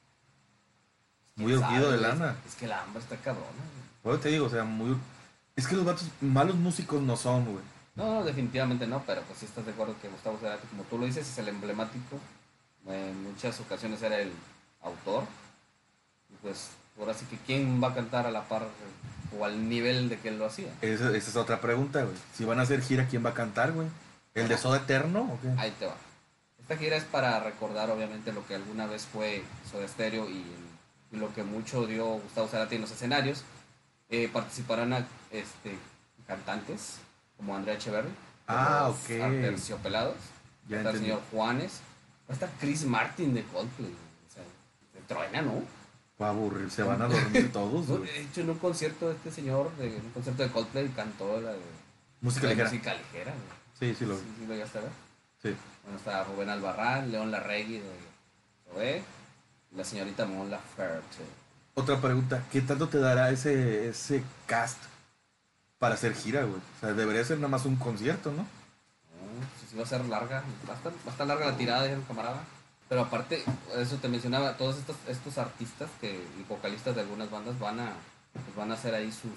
Muy quién urgido de güey, lana. Es que la hambre está cabrona. güey. Bueno, te digo, o sea, muy... Es que los vatos malos músicos no son, güey. No, no, definitivamente no, pero pues sí estás de acuerdo que Gustavo Cerati, como tú lo dices, es el emblemático. En muchas ocasiones era el autor. Y pues ahora sí que quién va a cantar a la par eh, o al nivel de que él lo hacía. Esa, esa es otra pregunta, güey. Si van a hacer gira, ¿quién va a cantar, güey? ¿El de Soda Eterno o qué? Ahí te va. Esta gira es para recordar obviamente lo que alguna vez fue Soda Stereo y, y lo que mucho dio Gustavo Cerati en los escenarios. Eh, participarán a, este, cantantes como Andrea Echeverry, Ah, los ok. Aterciopelados, Ya está el entendí. señor Juanes, Va a estar Chris Martin de Coldplay. O sea, se truena, ¿no? Va a aburrir, se van a dormir todos, No, güey. de hecho, en un concierto de este señor, de, en un concierto de Coldplay, cantó la de Música la ligera. música ligera, güey. Sí, sí lo vi. Sí, sí, lo llegaste a ver. Sí. Bueno, está Rubén Albarrán, León Larregui de Zoé, y la señorita Mon Laferte. Otra pregunta, ¿qué tanto te dará ese, ese cast para hacer gira, güey? O sea, debería ser nada más un concierto, ¿no? No, pues sí va a ser larga, va a estar, va a estar larga la tirada, dijeron camarada. Pero aparte, eso te mencionaba, todos estos, estos artistas que, y vocalistas de algunas bandas van a, pues van a hacer ahí sus,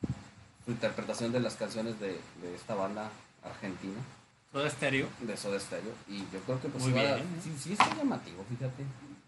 su interpretación de las canciones de, de esta banda argentina, Todo estéreo. de Soda Stereo. Y yo creo que pues Muy sí, va- bien, ¿eh? sí, sí está llamativo, fíjate.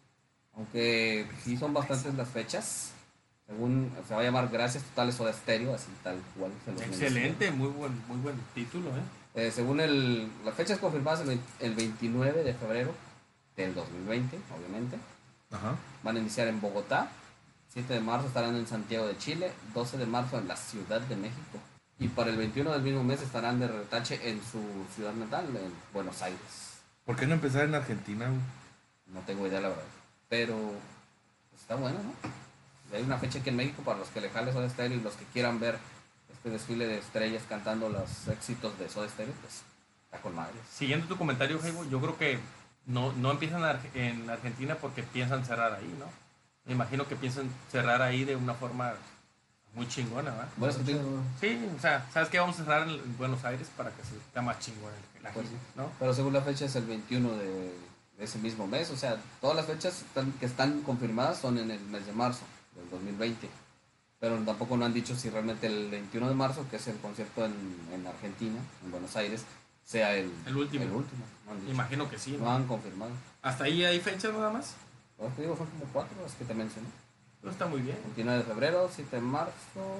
Aunque sí son bastantes las fechas. Según se va a llamar Gracias Totales Soda Stereo, así tal cual se los Excelente, muy buen, muy buen título, ¿eh? Eh, según el, las fechas confirmadas, el, veinte el veintinueve de febrero del dos mil veinte, obviamente. Ajá. Van a iniciar en Bogotá. siete de marzo estarán en Santiago de Chile. doce de marzo en la Ciudad de México. Y para el veintiuno del mismo mes estarán de retache en su ciudad natal, en Buenos Aires. ¿Por qué no empezar en Argentina, güey? No tengo idea, la verdad. Pero pues, está bueno, ¿no? Y hay una fecha aquí en México para los que le jale Soda Stereo y los que quieran ver este desfile de estrellas cantando los éxitos de Soda Stereo, pues está con madre. Siguiendo tu comentario, Jaibo, yo creo que no, no empiezan Ar- en Argentina porque piensan cerrar ahí, ¿no? Me imagino que piensan cerrar ahí de una forma muy chingona, ¿verdad? Bueno, es que te- Sí, o sea, ¿sabes qué? Vamos a cerrar en en Buenos Aires para que se esté más chingona la Pues gira, sí. ¿no? Pero según la fecha es el veintiuno de, de ese mismo mes, o sea, todas las fechas están- que están confirmadas son en el mes de marzo del dos mil veinte. Pero tampoco no han dicho si realmente el veintiuno de marzo, que es el concierto en, en Argentina, en Buenos Aires, sea el, El último. El último. No han dicho. Imagino que sí, No ¿no? han confirmado. Hasta ahí hay fechas nada más. Ahora te digo, son como cuatro las que te mencioné. No está muy bien. veintinueve de febrero, siete de marzo,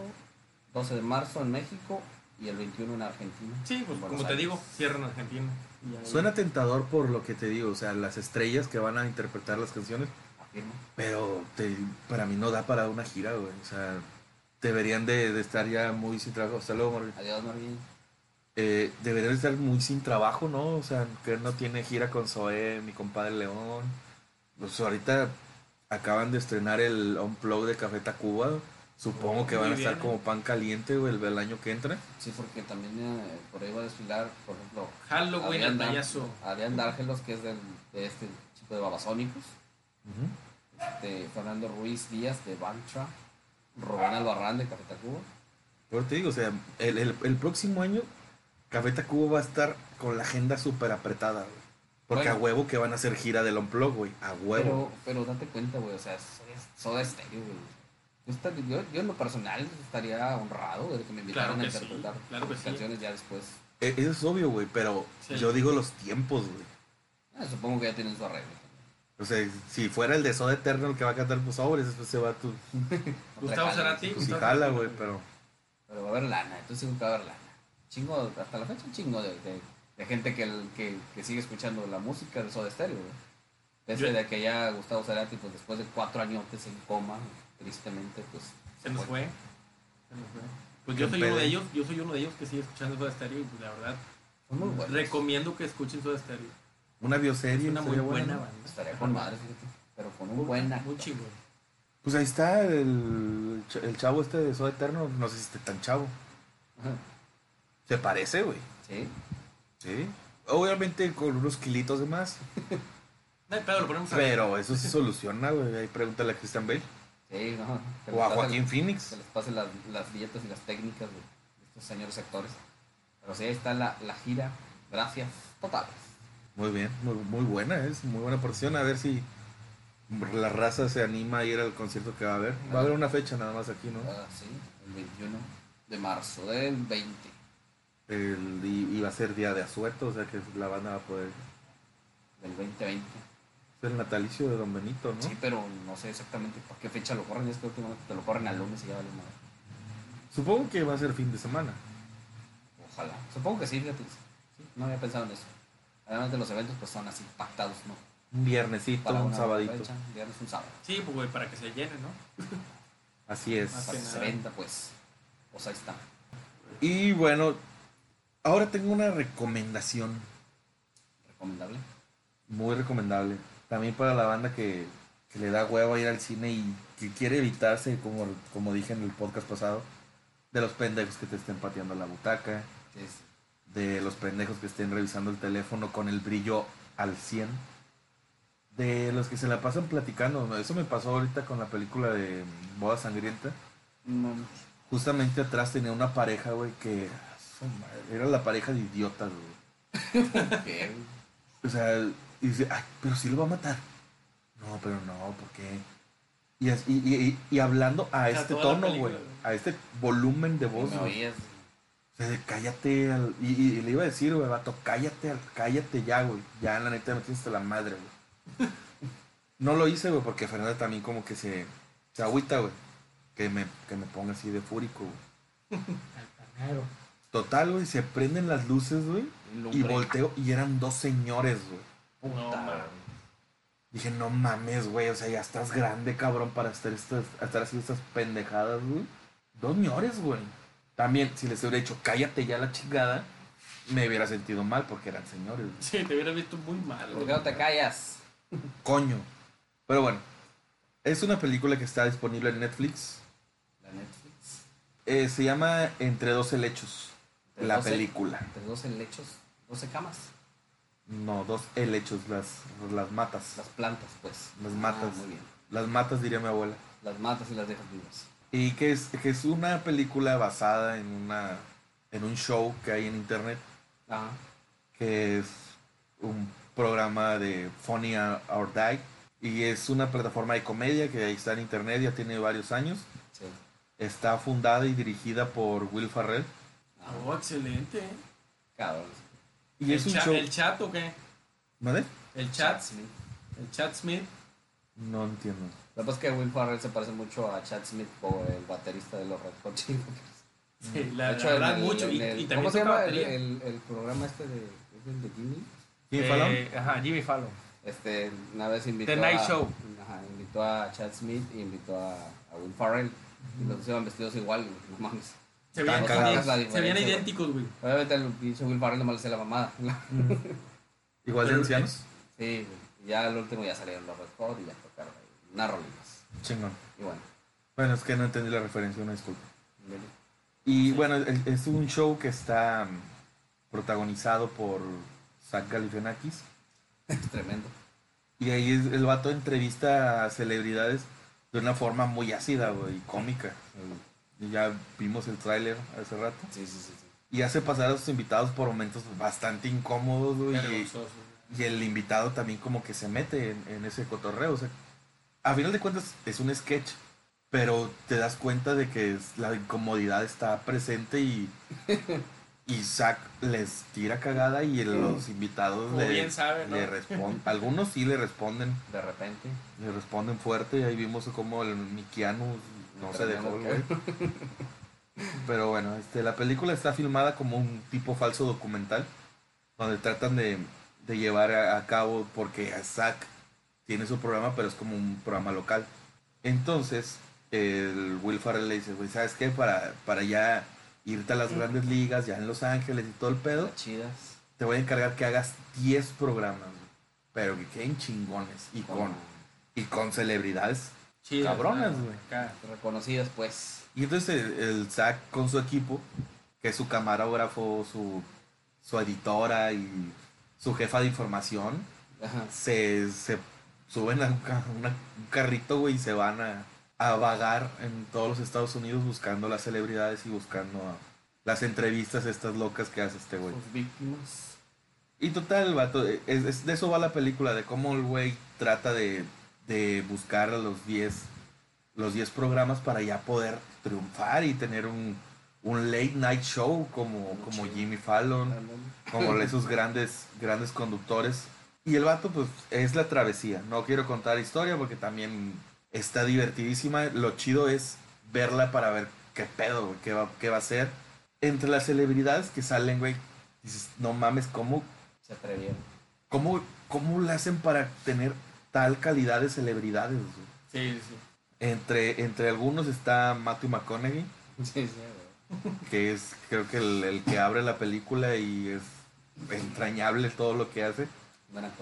doce de marzo en México y el veintiuno en Argentina. Sí, pues en Buenos como te Aires. digo, cierran Argentina. Y ahí- Suena tentador por lo que te digo, o sea, las estrellas que van a interpretar las canciones, Afirmo. pero te- para mí no da para una gira, güey. O sea, deberían de, de estar ya muy sin trabajo. Hasta luego, Marvin. Adiós, Marvin. Eh, deberían de estar muy sin trabajo, ¿no? O sea, que no tiene gira con Zoé, mi compadre León. Pues ahorita acaban de estrenar el Unplugged de Café Tacuba. Supongo que Muy van a estar bien, como pan caliente, güey, el, el año que entra. Sí, porque también eh, por ahí va a desfilar, por ejemplo, Halloween, el Adrián Dar- payaso. Adrián Dárgelos, que es del, de este tipo de babasónicos. Ujú. Este, Fernando Ruiz Díaz de Bantra. Rubén Albarrán de Café Tacuba. Pero te digo, o sea, el, el, el próximo año Café Tacuba va a estar con la agenda súper apretada, güey. Porque Bueno. a huevo que van a hacer gira del Unplugged, güey. A huevo. Pero, pero date cuenta, güey, o sea, es Soda Stereo, güey. Yo, esta- yo, yo en lo personal estaría honrado de que me invitaran Claro a que sí, interpretar claro que sus sí. canciones ya después. E- Eso es obvio, güey, pero Sí. yo digo los tiempos, güey. Ah, supongo que ya tienen su arreglo. O sea, si fuera el de Soda Eterno el que va a cantar pues sobres, después se va tu... Gustavo Otra Cerati. Pues sí Gustavo jala, Cerati, güey, pero... Pero va a haber lana, entonces seguro que va a haber lana. Chingo, hasta la fecha, un chingo de, de, de gente que, el- que, que sigue escuchando la música de Soda Stereo, güey. Pese Yo- de que ya Gustavo Cerati, pues después de cuatro años en coma, tristemente, pues... Se nos fue. Se nos fue. Pues Qué yo soy pedo. uno de ellos, yo soy uno de ellos que sigue escuchando Soda Stereo y pues la verdad Son muy buenos. recomiendo que escuchen Soda Stereo. Una bioserie. Es una muy sería buena buena, ¿no? banda. Estaría con madre, fíjate. Pero con un buen acto. Muy chingón. Pues ahí está el, ch- el chavo este de Soda Eterno. No sé si esté tan chavo. Ajá. Se parece, güey. Sí. Sí. Obviamente con unos kilitos de más. No hay pedo, lo ponemos a Pero eso se soluciona, güey. Ahí pregúntale a Christian Bale. Sí, no. Que O les a pasen- Joaquín Phoenix. Que les pasen las, las dietas y las técnicas de estos señores actores. Pero sí, ahí está la, la gira. Gracias. Totales. Muy bien, muy, muy buena, es muy buena porción. A ver si la raza se anima a ir al concierto que va a haber. Va a haber una fecha nada más aquí, ¿no? Ah, sí, el veintiuno de marzo del veinte. El, y, y va a ser día de asueto, o sea que la banda va a poder. Del veinte veinte. Es el natalicio de Don Benito, ¿no? Sí, pero no sé exactamente por qué fecha lo corren. Es que últimamente te lo corren al lunes y ya vale madre. Supongo que va a ser fin de semana. Ojalá. Supongo que sí, fíjate. Sí, no había pensado en eso. Además de los eventos, pues son así pactados, ¿no? Un viernesito, Para un una sabadito. fecha, un viernes, un sábado. Sí, pues güey, para que se llene, ¿no? Así es. Más Para que que se nada. venda, pues. Pues ahí está. Y bueno, ahora tengo una recomendación. Recomendable. Muy recomendable. También para la banda que, que le da huevo a ir al cine y que quiere evitarse, como, como dije en el podcast pasado, de los pendejos que te estén pateando la butaca, Sí, sí. de los pendejos que estén revisando el teléfono con el brillo al cien, de los que se la pasan platicando. ¿No? Eso me pasó ahorita con la película de Boda Sangrienta. No. Justamente atrás tenía una pareja, güey, que su madre, era la pareja de idiotas, güey. ¿Qué? O sea, y dice, ay, pero sí lo va a matar. No, pero no, ¿por qué? Y, as- y, y- y- y hablando a sea, este toda la tono, película, güey, güey. a este volumen de voz, Me güey. oías. O sea, de cállate. al- y, y- y le iba a decir, güey, vato, cállate, al- cállate ya, güey. Ya, la neta, me tienes hasta la madre, güey. No lo hice, güey, porque Fernanda también como que se, se agüita, güey. Que me, que me ponga así de fúrico, güey. Altanero. Total, güey, se prenden las luces, güey. Y Lumbre. volteo y eran dos señores, güey. No, Puta. mames. Dije, no mames, güey, o sea, ya estás grande, cabrón, para estar, estas, estar haciendo estas pendejadas, güey. Dos señores, güey. También, si les hubiera dicho, cállate ya la chingada, me hubiera sentido mal porque eran señores, güey. Sí, te hubiera visto muy mal. ¿Por güey. qué no te callas? Coño. Pero bueno, es una película que está disponible en Netflix. La Netflix. Eh, se llama Entre dos helechos, Entre la doce película. Entre doce lechos, doce camas. No, dos helechos, las, las matas. Las plantas, pues. Las Ah, matas. muy bien. Las matas, diría mi abuela. Las matas y las dejas vivas. Y que es, que es una película basada en una en un show que hay en internet, Ajá. que es un programa de Funny or Die. Y es una plataforma de comedia que ahí está en internet, ya tiene varios años. Sí. Está fundada y dirigida por Will Ferrell. Ah, Oh, excelente. ¿eh? cabrón. Y ¿El, es un cha- show... ¿El chat o qué? ¿Vale? ¿El chat? Smith. ¿El chat Smith? No entiendo. Lo que pasa es que Will Ferrell se parece mucho a Chad Smith, por el baterista de los Red Hot Chili Peppers. Sí, la, De hecho, la verdad, en el- mucho. en Y, el- y ¿Cómo también se toca llama el, batería. el- el programa este de, es el de Jimmy? ¿Quién Fallon? Eh, ajá, Jimmy Fallon. Este, una vez invitó The Night a, Show. Ajá, invitó a Chad Smith y invitó a, a Will Ferrell. Y los dos iban vestidos igual, güey, no mames. Se Tan veían, cagados. se La veían diferencia, idénticos, güey. Obviamente el pinche Will Ferrell nomás le hacía la mamada. Igual de Pero- ancianos. Sí, güey. Y ya al último ya salieron los Red Hot y ya tocaron ahí unas rolitas. Chingón. Y bueno, Bueno, es que no entendí la referencia, una disculpa. Lili. Y bueno, es, es un show que está mm, protagonizado por Zach Galifianakis. Es tremendo. Y ahí es- el vato entrevista a celebridades de una forma muy ácida, güey, y cómica. Y ya vimos el tráiler hace rato. Sí, sí, sí. sí. Y hace pasar a sus invitados por momentos bastante incómodos, güey. Y, Vergonzoso. y el invitado también como que se mete en, en ese cotorreo. O sea, a final de cuentas es un sketch, pero te das cuenta de que es- la incomodidad está presente y, y Zack les tira cagada y los invitados Como le, bien sabe, ¿no? le responden. Algunos sí le responden, De repente. le responden fuerte y ahí vimos como el Mikianu no se dejó, el güey. Pero bueno, este, la película está filmada como un tipo falso documental, donde tratan de, de llevar a, a cabo, porque Zack tiene su programa, pero es como un programa local. Entonces, el Will Ferrell le dice, güey, ¿sabes qué? Para, para ya irte a las grandes ligas, ya en Los Ángeles y todo el pedo, Las chidas. te voy a encargar que hagas diez programas, güey, pero que queden chingones y con, y con celebridades Chido, cabronas, ¿no? güey. Acá. Reconocidas, pues. Y entonces el, el Zack con su equipo, que es su camarógrafo, su, su editora y su jefa de información, Ajá. se, se suben a un, ca- una- un carrito, güey, y se van a, a vagar en todos los Estados Unidos buscando las celebridades y buscando a- las entrevistas estas locas que hace este güey. Sus víctimas. Y total, el vato, es, es- de eso va la película, de cómo el güey trata de, de buscar a los diez los diez programas para ya poder triunfar y tener un, un late night show como, como Jimmy Fallon, como esos grandes, grandes conductores. Y el vato, pues, es la travesía. No quiero contar historia porque también está divertidísima. Lo chido es verla para ver qué pedo, güey, qué va, qué va a ser. Entre las celebridades que salen, güey, dices, no mames, ¿cómo, Se atrevieron. cómo, cómo le hacen para tener tal calidad de celebridades, güey? Sí, sí. Entre, entre algunos está Matthew McConaughey, Sí, sí, güey. que es creo que el, el que abre la película y es entrañable todo lo que hace. Buen actor.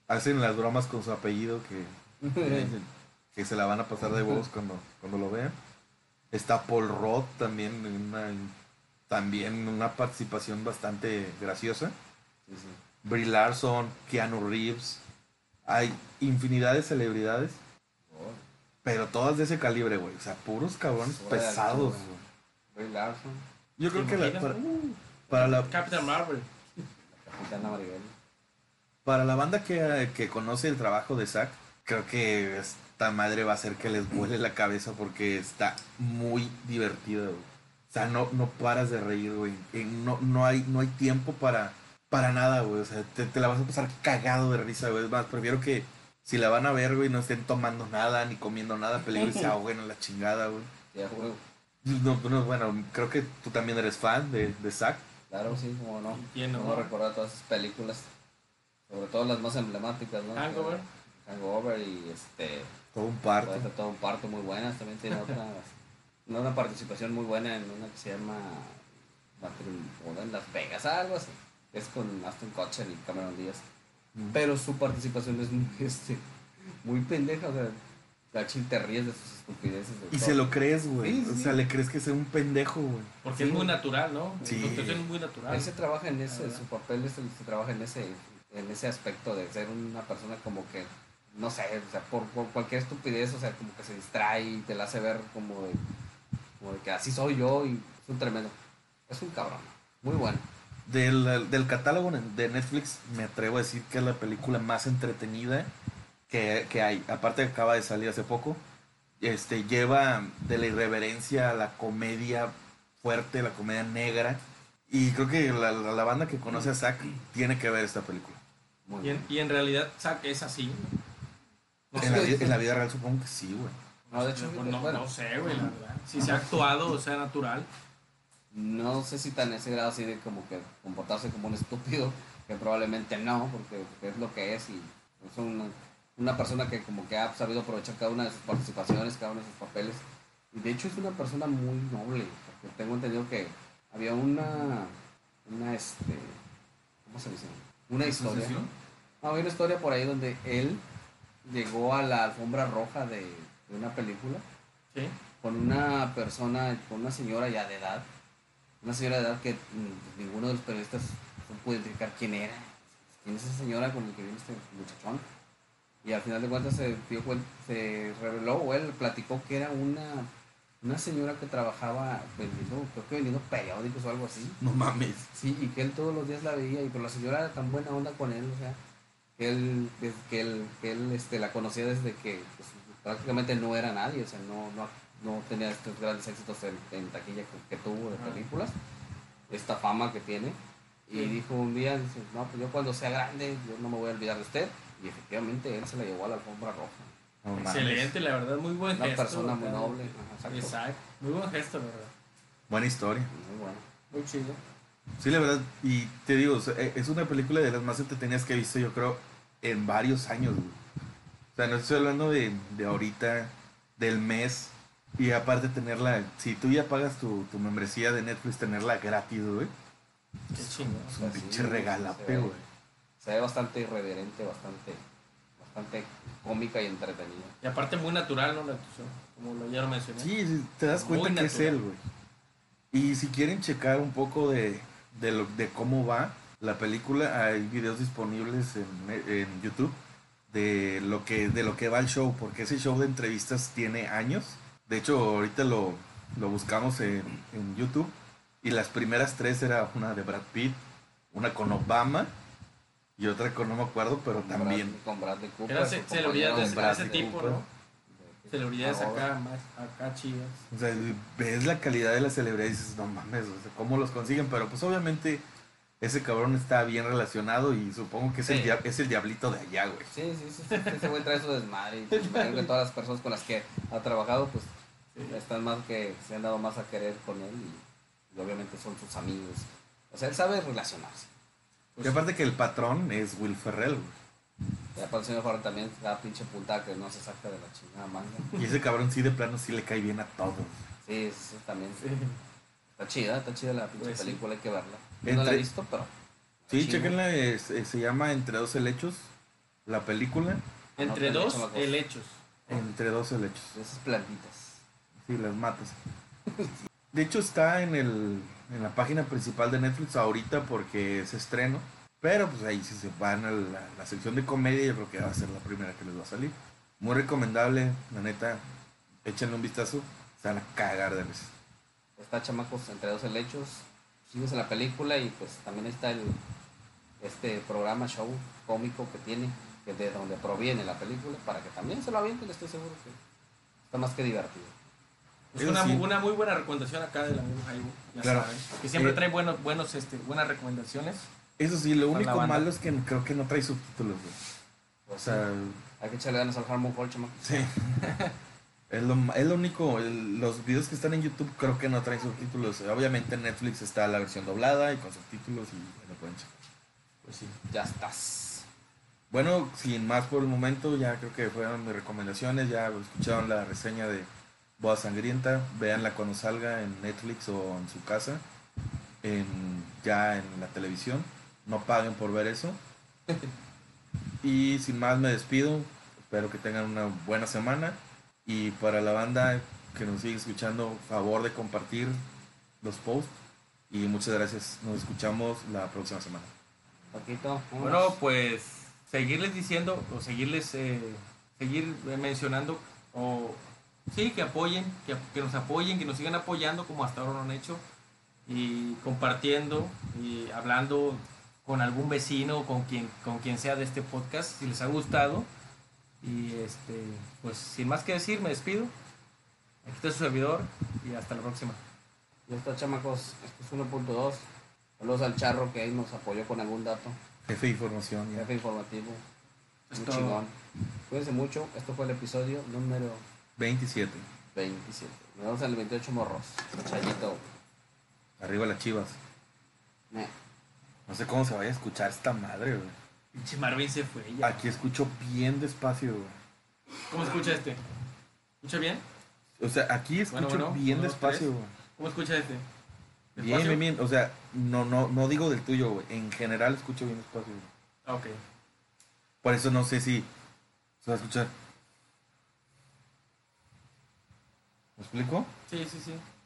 hacen las bromas con su apellido que, que, que se la van a pasar de huevos cuando, cuando lo vean. Está Paul Rudd también en una, también una participación bastante graciosa. Sí, sí. Brie Larson, Keanu Reeves. Hay infinidad de celebridades, Oh, pero todas de ese calibre, güey. O sea, puros cabrones Fuera de pesados, altura. güey. Brie Larson, Yo creo ¿Te que la- imaginas? para, Uh, para la, Captain Marvel. la Capitana Maribel. para la banda que, que conoce el trabajo de Zack, creo que esta madre va a hacer que les vuele la cabeza porque está muy divertida, güey. O sea, no, no paras de reír, güey. Y No, no, hay, no hay tiempo para, para nada, güey. O sea, te, te la vas a pasar cagado de risa, güey. Es más, prefiero que si la van a ver, güey, no estén tomando nada ni comiendo nada, peligro y se ahoguen en la chingada, güey. Ya, güey. No, no, bueno, creo que tú también eres fan de, de Zack. Claro, sí, como no. ¿Quién no? No recordar todas esas películas. Sobre todo las más emblemáticas, ¿no? Hangover. Hangover y este. Todo un parto. Puede ser todo un parto muy buenas. También tiene otra. Una, una participación muy buena en una que se llama. Matrimonio en Las Vegas, algo así. Es con Aston Kutcher y Cameron Díaz. Mm. Pero su participación es muy, este, muy pendeja. O sea, Gachín te ríes de sus estupideces. De Y todo. se lo crees, güey. Sí, O sí. sea, le crees que es un pendejo, güey. Porque Sí. es muy natural, ¿no? Sí. Su actuación es muy natural. Él se trabaja en ese, La verdad. su papel es el- se trabaja en ese, en ese aspecto de ser una persona como que, no sé, o sea, por, por cualquier estupidez, o sea, como que se distrae y te la hace ver como de, como de que así soy yo y es un tremendo, es un cabrón, muy bueno. Del, del catálogo de Netflix, me atrevo a decir que es la película más entretenida que, que hay. Aparte, acaba de salir hace poco. Este, lleva de la irreverencia a la comedia fuerte, la comedia negra. Y creo que la, la, la banda que conoce a Zack tiene que ver esta película. Muy Y en, bueno. y en realidad Zack es así. No En la, sé, vi- en la vida real supongo que sí, güey. No, de hecho, no, no, bueno, no sé, güey, la verdad. Si se ha actuado o sea natural. no sé si tan ese grado así de como que comportarse como un estúpido, que probablemente no, porque, porque es lo que es y es una, una persona que como que ha sabido aprovechar cada una de sus participaciones, cada uno de sus papeles. Y de hecho es una persona muy noble, porque tengo entendido que había una, una este, ¿cómo se dice? Una historia. No, había una historia por ahí donde él llegó a la alfombra roja de, de una película Sí. con una persona, con una señora ya de edad, una señora de edad que mm, ninguno de los periodistas no pudo identificar quién era, quién es esa señora con la que viene este muchachón. Y al final de cuentas se dio cuen- se reveló o él platicó que era una, una señora que trabajaba vendiendo, creo que vendiendo periódicos o algo así. No mames. Sí, y que él todos los días la veía y por la señora era tan buena onda con él, o sea, que él, desde que él, que él este, la conocía desde que pues, prácticamente no era nadie, o sea, no, no, no tenía estos grandes éxitos en, en taquilla que, que tuvo de Ajá. películas, esta fama que tiene, y Sí. dijo un día, dice, no, pues yo cuando sea grande, yo no me voy a olvidar de usted, y efectivamente él se la llevó a la alfombra roja, No mames. Excelente, la verdad, muy buen una gesto. persona muy acá. noble, ajá, exacto. Exacto. Muy buen gesto, la verdad. Buena historia. Muy bueno. Muy chido. Sí, la verdad. Y te digo, o sea, e- es una película de las más entretenidas que he visto, yo creo, en varios años, güey. O sea, no estoy hablando de, de ahorita, del mes. Y aparte tenerla, si tú ya pagas tu, tu membresía de Netflix, tenerla gratis, güey. Qué chingón. Es un sea, sí, pinche se regalape, ve. güey. Se ve bastante irreverente, bastante, bastante cómica y entretenida. Y aparte muy natural, ¿no? La actuación, como lo ya lo mencioné. Sí, sí, te das Muy cuenta que es natural. él, güey. Y si quieren checar un poco de, de, lo, de cómo va la película, hay videos disponibles en, en YouTube de lo, que, de lo que va el show, porque ese show de entrevistas tiene años. De hecho, ahorita lo, lo buscamos en, en YouTube y las primeras tres era una de Brad Pitt, una con Obama y otra con no me acuerdo, pero Con también... Brad- con Bradley Cooper. Eran su ce- compañero celebridades de con ese, Bradley ese tipo, Cooper. ¿no? Celebridades Arroba. acá, más, acá chidas. O sea, ves la calidad de las celebridades y dices, no mames, o sea, ¿cómo los consiguen? Pero pues obviamente ese cabrón está bien relacionado y supongo que es, el, Sí. dia- es el diablito de allá, güey. Sí, sí, sí, sí, ese güey trae su desmadre. Y pues, imagino que todas las personas con las que ha trabajado, pues Sí. están más que se han dado más a querer con él y, y obviamente son sus amigos. O sea, él sabe relacionarse. Y aparte que el patrón es Will Ferrell, güey. Ya para el señor Farrell también, cada pinche puntada que no se saca de la chingada manga. Y ese cabrón sí de plano sí le cae bien a todos. Sí, sí, sí, también. Sí. Está chida, está chida la pinche Pues sí. película, hay que verla. Yo no la he Entre- visto, pero. Sí, chida. chequenla, es- es- se llama Entre dos helechos. la película Entre Anoten, dos chamacos. helechos. entre dos helechos. Esas plantitas. Sí, las matas. De hecho está en el en la página principal de Netflix ahorita porque es estreno. Pero pues ahí si se van a la, la sección de comedia yo creo que va a ser la primera que les va a salir. Muy recomendable, la neta. Échenle un vistazo. Se van a cagar de veces. Está chamacos entre dos helechos. Sigues en la película y pues también está el este programa show cómico que tiene, que de donde proviene la película, para que también se lo avienten, estoy seguro que está más que divertido. Es Eso una, sí. una muy buena recomendación acá del amigo Jaibo, ya Claro. saben. Que siempre Eh, trae buenos, buenos, este, buenas recomendaciones. Eso sí, lo Para la único banda. malo es que creo que no trae subtítulos, güey. O Pues, sea, hay que echarle ganas al Harmon Hall, chamacos. sí. Es lo, ma- es lo único, el- los videos que están en YouTube creo que no traen subtítulos. Obviamente en Netflix está la versión doblada y con subtítulos y bueno, pueden checar. Pues sí. Ya estás. Bueno, sin más por el momento, ya creo que fueron mis recomendaciones. Ya escucharon la reseña de Boda Sangrienta. Véanla cuando salga en Netflix o en su casa, en, ya en la televisión. No paguen por ver eso. Y sin más me despido. Espero que tengan una buena semana. Y para la banda que nos sigue escuchando, favor de compartir los posts. Y muchas gracias. Nos escuchamos la próxima semana. Paquito, vámonos. Bueno, pues seguirles diciendo o seguirles, eh, seguir eh, mencionando o sí, que apoyen, que, que nos apoyen, que nos sigan apoyando como hasta ahora lo han hecho y compartiendo y hablando con algún vecino, con quien, con quien sea de este podcast, si les ha gustado. Y este, pues sin más que decir, me despido. Aquí está su servidor y hasta la próxima. Ya está, chamacos. Esto es uno punto dos. Saludos al Charro que ahí nos apoyó con algún dato. Jefe de información. Ya. Jefe informativo. Es Muy todo. chingón. Cuídense mucho. Esto fue el episodio número veintisiete. veintisiete. Nos vemos en el veintiocho, morros. Chayito. Arriba las chivas. Eh. No sé cómo se vaya a escuchar esta madre, güey. Pinche Marvin se fue ya. Aquí escucho bien despacio, güey. ¿Cómo escucha este? ¿Escucha bien? O sea, aquí escucho Bueno, bueno, bien uno, dos, despacio, tres. güey. ¿Cómo escucha este? Bien, ¿Despacio? bien, bien. O sea, no, no, no digo del tuyo, güey. En general escucho bien despacio, güey. Ah, ok. Por eso no sé si se va a escuchar. ¿Me explico? Sí, sí, sí.